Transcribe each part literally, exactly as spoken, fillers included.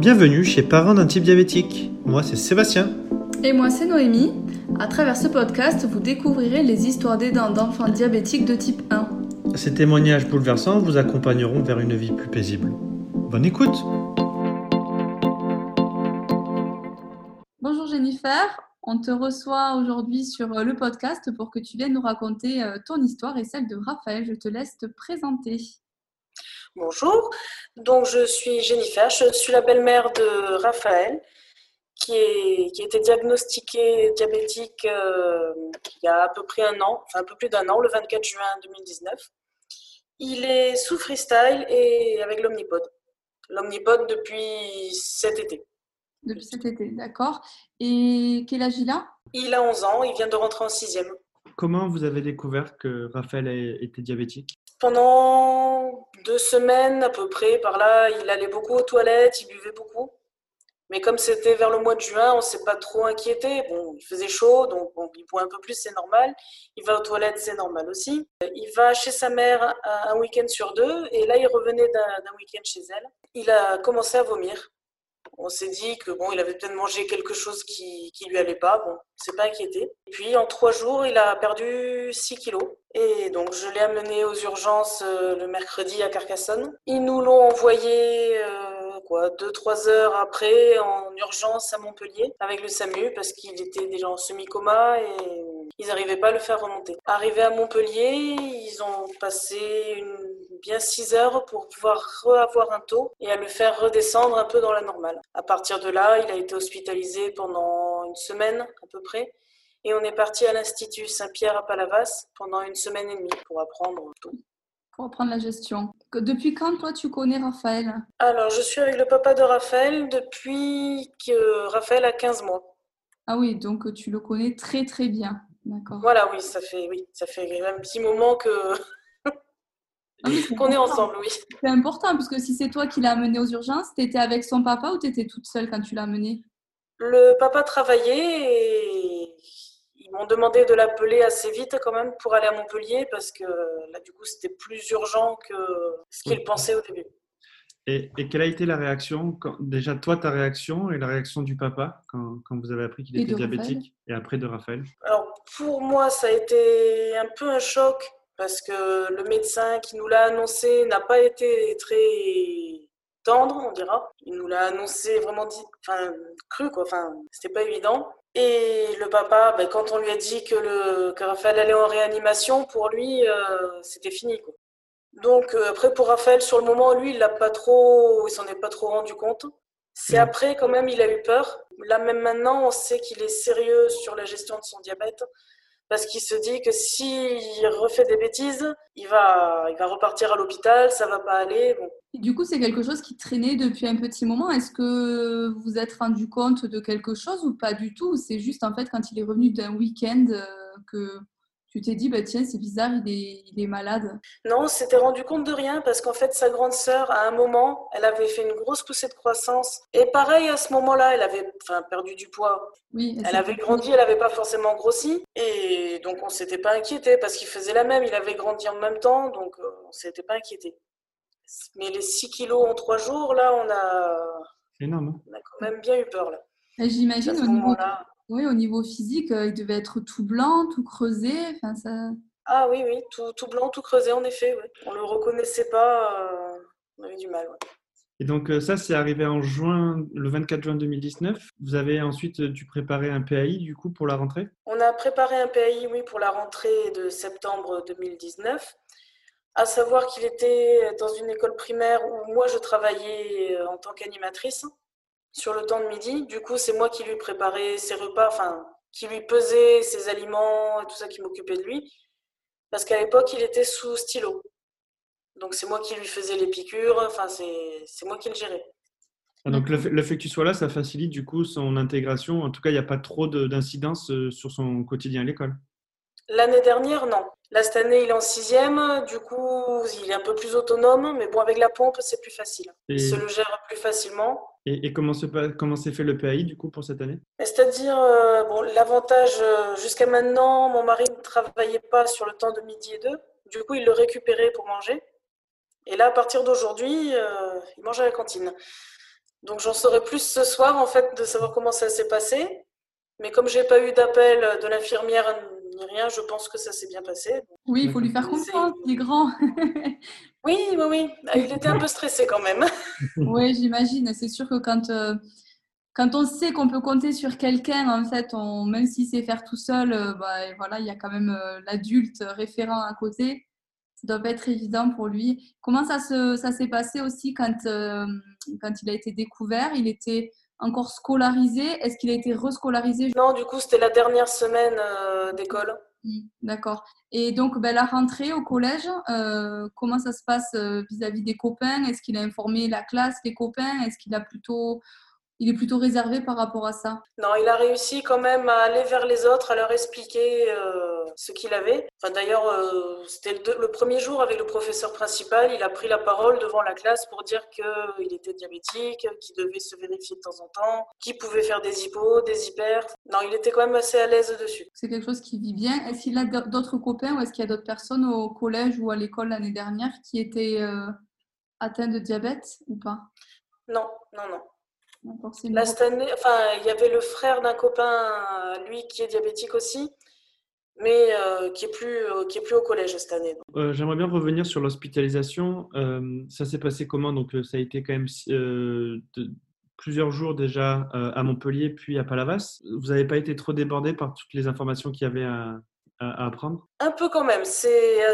Bienvenue chez Parents d'un type diabétique. Moi, c'est Sébastien. Et moi, c'est Noémie. À travers ce podcast, vous découvrirez les histoires d'aidants d'enfants diabétiques de type un. Ces témoignages bouleversants vous accompagneront vers une vie plus paisible. Bonne écoute. Bonjour Jennifer, on te reçoit aujourd'hui sur le podcast pour que tu viennes nous raconter ton histoire et celle de Raphaël. Je te laisse te présenter. Bonjour, donc je suis Jennifer, je suis la belle-mère de Raphaël qui, est, qui a été diagnostiqué diabétique euh, il y a à peu près un an, enfin un peu plus d'un an, le vingt-quatre juin deux mille dix-neuf. Il est sous freestyle et avec l'Omnipod. L'Omnipod depuis cet été. Depuis cet été, d'accord. Et quel âge il a ? Il a onze ans, il vient de rentrer en sixième. Comment vous avez découvert que Raphaël était diabétique ? Pendant deux semaines à peu près, par là, il allait beaucoup aux toilettes, il buvait beaucoup. Mais comme c'était vers le mois de juin, on ne s'est pas trop inquiété. Bon, il faisait chaud, donc bon, il boit un peu plus, c'est normal. Il va aux toilettes, c'est normal aussi. Il va chez sa mère un week-end sur deux, et là, il revenait d'un, d'un week-end chez elle. Il a commencé à vomir. On s'est dit que bon, il avait peut-être mangé quelque chose qui qui lui allait pas. Bon, c'est pas inquiété. Et puis en trois jours, il a perdu six kilos. Et donc je l'ai amené aux urgences euh, le mercredi à Carcassonne. Ils nous l'ont envoyé euh, quoi deux trois heures après en urgence à Montpellier avec le SAMU parce qu'il était déjà en semi-coma et ils n'arrivaient pas à le faire remonter. Arrivé à Montpellier, ils ont passé une bien six heures pour pouvoir avoir un taux et à le faire redescendre un peu dans la normale. À partir de là, il a été hospitalisé pendant une semaine à peu près et on est parti à l'Institut Saint-Pierre à Palavas pendant une semaine et demie pour apprendre tout. Pour apprendre la gestion. Depuis quand, toi, tu connais Raphaël ? Alors, je suis avec le papa de Raphaël depuis que Raphaël a quinze mois. Ah oui, donc tu le connais très très bien. D'accord. Voilà, oui, ça fait, oui, ça fait un petit moment que... Ah oui, c'est qu'on est important. ensemble, oui. C'est important, parce que si c'est toi qui l'as amené aux urgences, tu étais avec son papa ou tu étais toute seule quand tu l'as amené ? Le papa travaillait et ils m'ont demandé de l'appeler assez vite quand même pour aller à Montpellier parce que là, du coup, c'était plus urgent que ce qu'ils pensaient au début. Et, et quelle a été la réaction quand, déjà toi, ta réaction et la réaction du papa quand, quand vous avez appris qu'il Et était de diabétique Raphaël ? et après de Raphaël ? Alors, pour moi, ça a été un peu un choc parce que le médecin qui nous l'a annoncé n'a pas été très tendre, on dira. Il nous l'a annoncé vraiment dit, enfin, cru, quoi. Enfin, c'était pas évident. Et le papa, ben, quand on lui a dit que, le, que Raphaël allait en réanimation, pour lui, euh, c'était fini, quoi. Donc euh, après, pour Raphaël, sur le moment, lui, il l'a pas trop, il s'en est pas trop rendu compte. C'est Mmh. après, quand même, il a eu peur. Là, même maintenant, on sait qu'il est sérieux sur la gestion de son diabète parce qu'il se dit que s'il refait des bêtises, il va, il va repartir à l'hôpital, ça va pas aller. Bon. Et du coup, c'est quelque chose qui traînait depuis un petit moment. Est-ce que vous vous êtes rendu compte de quelque chose ou pas du tout ? C'est juste en fait quand il est revenu d'un week-end euh, que tu t'es dit, bah, tiens, c'est bizarre, il est, il est malade. Non, on s'était rendu compte de rien parce qu'en fait, sa grande sœur, à un moment, elle avait fait une grosse poussée de croissance. Et pareil, à ce moment-là, elle avait enfin, perdu du poids. Oui, Elle avait grandi, elle n'avait pas forcément grossi. Et donc, on ne s'était pas inquiété parce qu'il faisait la même. Il avait grandi en même temps, donc euh, on ne s'était pas inquiété. Mais les six kilos en trois jours, là, on a, C'est énorme, hein ? on a quand même bien eu peur. Là. Et j'imagine À ce au niveau, moment-là. oui, au niveau physique, euh, il devait être tout blanc, tout creusé. Enfin, ça... Ah oui, oui, tout, tout blanc, tout creusé, en effet. Ouais. On ne le reconnaissait pas. Euh, on avait du mal. Ouais. Et donc euh, ça, c'est arrivé en juin, le vingt-quatre juin deux mille dix-neuf. Vous avez ensuite euh, dû préparer un P A I du coup pour la rentrée ? On a préparé un P A I, oui, pour la rentrée de septembre deux mille dix-neuf. À savoir qu'il était dans une école primaire où moi je travaillais en tant qu'animatrice sur le temps de midi. Du coup, c'est moi qui lui préparais ses repas, enfin, qui lui pesais ses aliments et tout ça, qui m'occupait de lui. Parce qu'à l'époque, il était sous stylo. Donc, c'est moi qui lui faisais les piqûres, enfin, c'est, c'est moi qui le gérais. Ah, donc le fait, le fait que tu sois là, ça facilite du coup son intégration. En tout cas, il n'y a pas trop de, d'incidence euh, sur son quotidien à l'école. L'année dernière, non. Là, cette année, il est en sixième. Du coup, il est un peu plus autonome. Mais bon, avec la pompe, c'est plus facile. Et, Il se le gère plus facilement. et, et comment, se, pa- comment s'est fait le P A I du coup pour cette année ? C'est-à-dire, euh, bon, l'avantage, euh, jusqu'à maintenant, mon mari ne travaillait pas sur le temps de midi et deux. Du coup, il le récupérait pour manger. Et là, à partir d'aujourd'hui, euh, il mange à la cantine. Donc j'en saurai plus ce soir en fait de savoir comment ça s'est passé. Mais comme j'ai pas eu d'appel de l'infirmière ni rien, je pense que ça s'est bien passé. Oui, il faut lui faire confiance, il est grand. Oui, oui, oui. Il était un peu stressé quand même. Oui, j'imagine. C'est sûr que quand, euh, quand on sait qu'on peut compter sur quelqu'un, en fait, on, même s'il sait faire tout seul, euh, bah, et voilà, il y a quand même euh, l'adulte référent à côté. Ça doit pas être évident pour lui. Comment ça, se, ça s'est passé aussi quand, euh, quand il a été découvert? Il était encore scolarisé? Est-ce qu'il a été rescolarisé? Non, du coup, c'était la dernière semaine euh, d'école. Mmh, d'accord. Et donc, ben, la rentrée au collège, euh, comment ça se passe euh, vis-à-vis des copains? Est-ce qu'il a informé la classe, les copains? Est-ce qu'il a plutôt, il est plutôt réservé par rapport à ça? Non, il a réussi quand même à aller vers les autres, à leur expliquer euh, ce qu'il avait. Enfin, d'ailleurs, euh, c'était le, le premier jour avec le professeur principal. Il a pris la parole devant la classe pour dire qu'il était diabétique, qu'il devait se vérifier de temps en temps, qu'il pouvait faire des hypos, des hyper. Non, il était quand même assez à l'aise dessus. C'est quelque chose qui vit bien. Est-ce qu'il a d'autres copains ou est-ce qu'il y a d'autres personnes au collège ou à l'école l'année dernière qui étaient euh, atteintes de diabète ou pas? Non, non, non. D'accord, c'est Là, nouveau. cette année, enfin, il y avait le frère d'un copain, lui, qui est diabétique aussi, mais euh, qui est plus, euh, qui est plus au collège cette année. Euh, j'aimerais bien revenir sur l'hospitalisation. Euh, ça s'est passé comment? Donc, euh, ça a été quand même euh, de- plusieurs jours déjà euh, à Montpellier, puis à Palavas. Vous n'avez pas été trop débordé par toutes les informations qu'il y avait à, à- à apprendre? Un peu quand même, c'est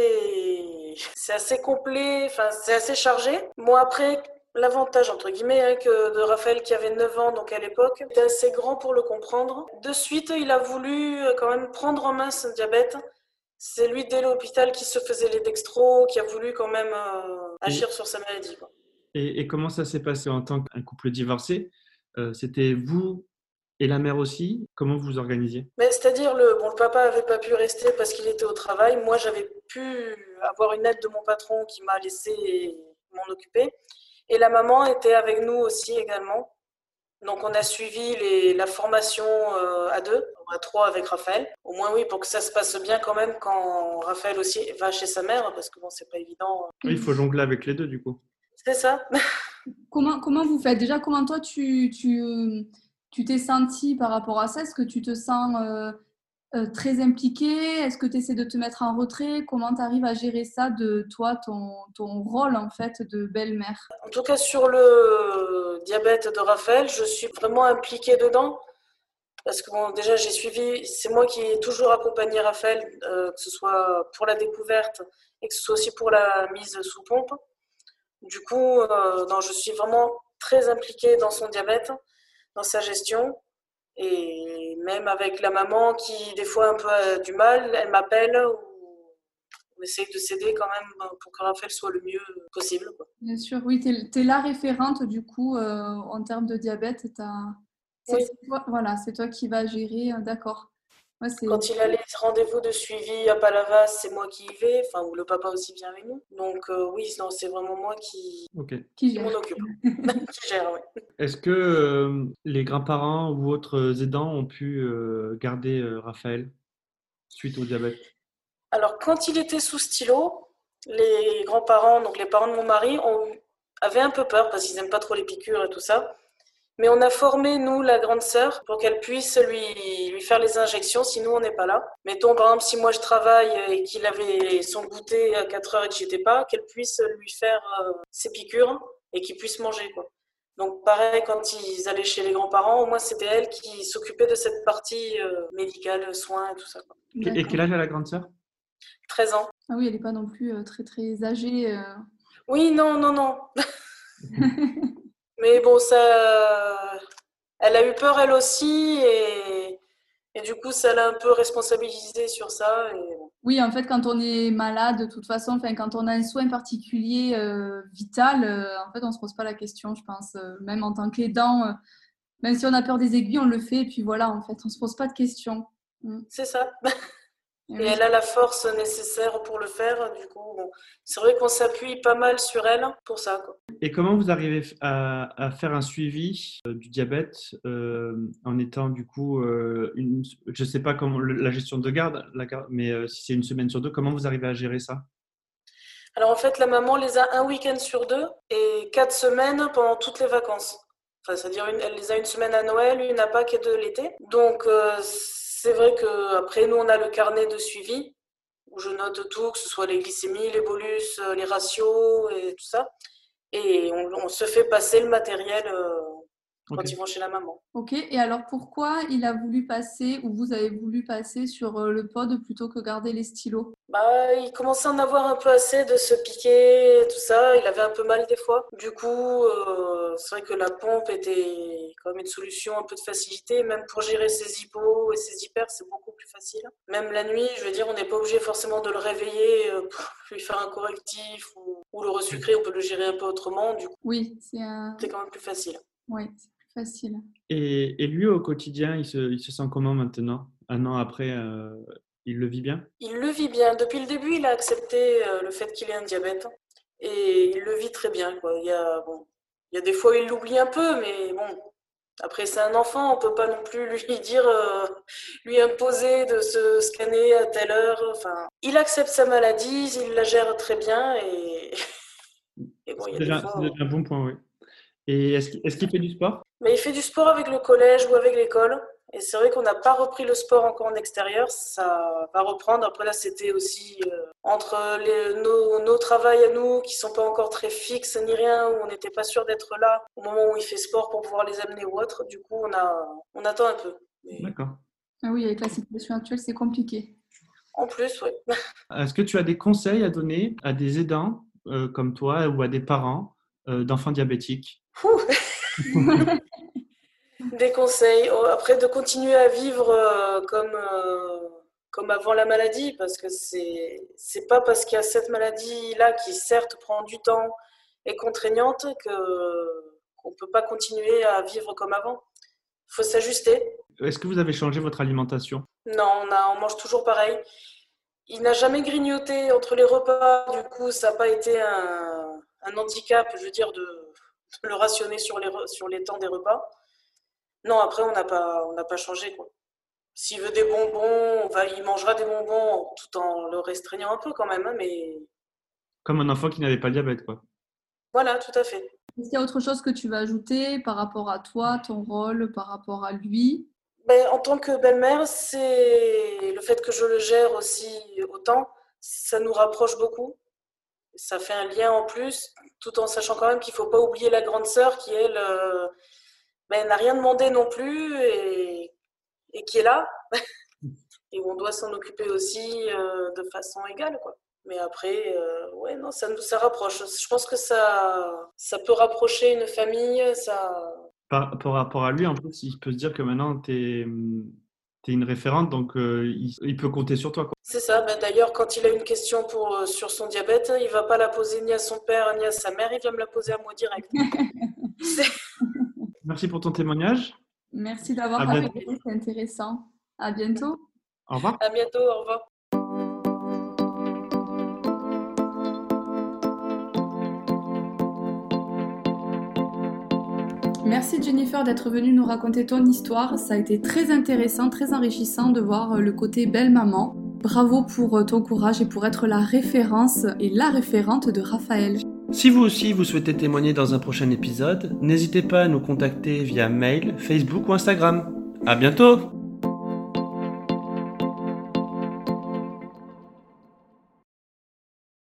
assez, c'est assez complet, enfin, c'est assez chargé. Bon, après, l'avantage, entre guillemets, hein, que de Raphaël qui avait neuf ans, donc à l'époque, était assez grand pour le comprendre. De suite, il a voulu euh, quand même prendre en main son diabète. C'est lui, dès l'hôpital, qui se faisait les dextros, qui a voulu quand même euh, Et, agir sur sa maladie, quoi. et- et comment ça s'est passé en tant qu'un couple divorcé? Euh, c'était vous et la mère aussi? Comment vous vous organisiez? Mais c'est-à-dire, le, bon, le papa avait pas pu rester parce qu'il était au travail. Moi, j'avais pu avoir une aide de mon patron qui m'a laissé m'en occuper. Et la maman était avec nous aussi également. Donc, on a suivi les, la formation euh, à deux, à trois avec Raphaël. Au moins, oui, pour que ça se passe bien quand même quand Raphaël aussi va chez sa mère, parce que bon, c'est pas évident. Oui, il faut jongler avec les deux, du coup. C'est ça. Comment, comment vous faites? Déjà, comment toi, tu, tu, tu t'es senti par rapport à ça? Est-ce que tu te sens euh, euh, très impliqué? Est-ce que tu essaies de te mettre en retrait? Comment tu arrives à gérer ça de toi, ton, ton rôle en fait de belle-mère? En tout cas, sur le diabète de Raphaël, je suis vraiment impliquée dedans. Parce que bon, déjà, j'ai suivi, c'est moi qui ai toujours accompagné Raphaël, euh, que ce soit pour la découverte et que ce soit aussi pour la mise sous pompe. Du coup, euh, non, je suis vraiment très impliquée dans son diabète, dans sa gestion. Et même avec la maman qui, des fois, a un peu a du mal, elle m'appelle ou on essaye de s'aider quand même pour que Raphaël soit le mieux possible, quoi. Bien sûr, oui, tu es la référente du coup euh, en termes de diabète. t'as- C'est Oui. c'est toi, voilà, c'est toi qui vas gérer, euh, d'accord. Ouais, c'est Quand il a les rendez-vous de suivi à Palavas, c'est moi qui y vais, enfin, ou le papa aussi vient avec nous. Donc euh, oui, non, c'est vraiment moi qui, Ok. qui qui m'en gère. occupe, qui gère, oui. Est-ce que euh, les grands-parents ou autres aidants ont pu euh, garder euh, Raphaël suite au diabète? Alors, quand il était sous stylo, les grands-parents, donc les parents de mon mari, ont, avaient un peu peur parce qu'ils n'aiment pas trop les piqûres et tout ça. Mais on a formé, nous, la grande sœur, pour qu'elle puisse lui, lui faire les injections si nous, on n'est pas là. Mettons, par exemple, si moi je travaille et qu'il avait son goûter à quatre heures et que j'étais pas, qu'elle puisse lui faire euh, ses piqûres et qu'il puisse manger, quoi. Donc, pareil, quand ils allaient chez les grands-parents, au moins, c'était elle qui s'occupait de cette partie euh, médicale, soins et tout ça, quoi. Et D'accord. quel âge a la grande sœur? treize ans. Ah oui, elle n'est pas non plus euh, très très âgée. euh. Oui, non, non, non. Mais bon, ça, elle a eu peur elle aussi et, et du coup, ça l'a un peu responsabilisée sur ça. Et... Oui, en fait, quand on est malade, de toute façon, enfin, quand on a un soin particulier euh, vital, euh, en fait, on ne se pose pas la question, je pense. Euh, même en tant qu'aidant, euh, même si on a peur des aiguilles, on le fait. Et puis voilà, en fait, on ne se pose pas de questions. Mm. C'est ça. Et Et oui, elle a la force nécessaire pour le faire. Du coup, bon, c'est vrai qu'on s'appuie pas mal sur elle pour ça, quoi. Et comment vous arrivez à, à faire un suivi euh, du diabète euh, en étant du coup, euh, une, je ne sais pas comment le- la gestion de garde, la garde mais euh, si c'est une semaine sur deux, comment vous arrivez à gérer ça? Alors en fait, la maman les a un week-end sur deux et quatre semaines pendant toutes les vacances. Enfin, c'est-à-dire une, elle les a une semaine à Noël, une à Pâques et deux l'été. Donc euh, c'est vrai qu'après nous on a le carnet de suivi où je note tout, que ce soit les glycémies, les bolus, les ratios et tout ça. Et on, on se fait passer le matériel euh, quand Ok. ils vont chez la maman. Ok, et alors pourquoi il a voulu passer ou vous avez voulu passer sur euh, le pod plutôt que garder les stylos? Bah, il commençait à en avoir un peu assez de se piquer, et tout ça. Il avait un peu mal des fois. Du coup, euh, c'est vrai que la pompe était quand même une solution, un peu de facilité. Même pour gérer ses hypos et ses hyper, c'est beaucoup plus facile. Même la nuit, je veux dire, on n'est pas obligé forcément de le réveiller euh, pour lui faire un correctif ou, ou le resucrer. On peut le gérer un peu autrement. Du coup, Oui, c'est un... c'est quand même plus facile. ouais, c'est plus facile. Et, et lui, au quotidien, il se, il se sent comment maintenant? Un an après, euh, il le vit bien? Il le vit bien. Depuis le début, il a accepté euh, le fait qu'il ait un diabète. Et il le vit très bien, quoi. Il y a, bon, il y a des fois, il l'oublie un peu, mais bon, après, c'est un enfant, on peut pas non plus lui dire, euh, lui imposer de se scanner à telle heure. Enfin, il accepte sa maladie, il la gère très bien, et, et bon, il y C'est a des déjà, c'est fois. déjà un bon point, oui. Et est-ce qu'il est-ce qu'il fait du sport? Mais il fait du sport avec le collège ou avec l'école. Et c'est vrai qu'on n'a pas repris le sport encore en extérieur. Ça va reprendre. Après là, c'était aussi euh, entre les, nos, nos travails à nous qui sont pas encore très fixes ni rien, où on n'était pas sûr d'être là au moment où il fait sport pour pouvoir les amener ou autre. Du coup, on, a, on attend un peu. Mais D'accord. Ah oui, avec la situation actuelle, c'est compliqué. en plus, oui. Est-ce que tu as des conseils à donner à des aidants euh, comme toi ou à des parents euh, d'enfants diabétiques? Des conseils. Oh, après, de continuer à vivre euh, comme, euh, comme avant la maladie, parce que c'est c'est pas parce qu'il y a cette maladie-là qui, certes, prend du temps et contraignante que qu'on peut pas continuer à vivre comme avant. Il faut s'ajuster. Est-ce que vous avez changé votre alimentation? Non, on, a, on mange toujours pareil. Il n'a jamais grignoté entre les repas, du coup, ça n'a pas été un, un handicap, je veux dire, de, de le rationner sur les, sur les temps des repas. Non, après, on n'a pas, on n'a pas changé, quoi. S'il veut des bonbons, on va, il mangera des bonbons tout en le restreignant un peu quand même, hein, mais Comme un enfant qui n'avait pas le diabète, quoi. voilà, tout à fait. Est-ce qu'il y a autre chose que tu veux ajouter par rapport à toi, ton rôle, par rapport à lui? Ben, en tant que belle-mère, c'est le fait que je le gère aussi autant, ça nous rapproche beaucoup. Ça fait un lien en plus, tout en sachant quand même qu'il ne faut pas oublier la grande sœur qui, elle, euh, ben, n'a rien demandé non plus et, et qui est là. Et où on doit s'en occuper aussi euh, de façon égale, quoi. Mais après, euh, ouais, non, ça nous ça rapproche. Je pense que ça, ça peut rapprocher une famille. Ça... Par, par rapport à lui, en plus, il peut se dire que maintenant, tu es, une référente, donc euh, il, il peut compter sur toi, quoi. C'est ça. Ben, d'ailleurs, quand il a une question pour, euh, sur son diabète, il ne va pas la poser ni à son père ni à sa mère. Il vient me la poser à moi direct. Merci pour ton témoignage. Merci d'avoir À bientôt. partagé, c'est intéressant. À bientôt. Au revoir. À bientôt. Au revoir. Merci Jennifer d'être venue nous raconter ton histoire. Ça a été très intéressant, très enrichissant de voir le côté belle maman. Bravo pour ton courage et pour être la référence et la référente de Raphaël. Si vous aussi vous souhaitez témoigner dans un prochain épisode, n'hésitez pas à nous contacter via mail, Facebook ou Instagram. À bientôt!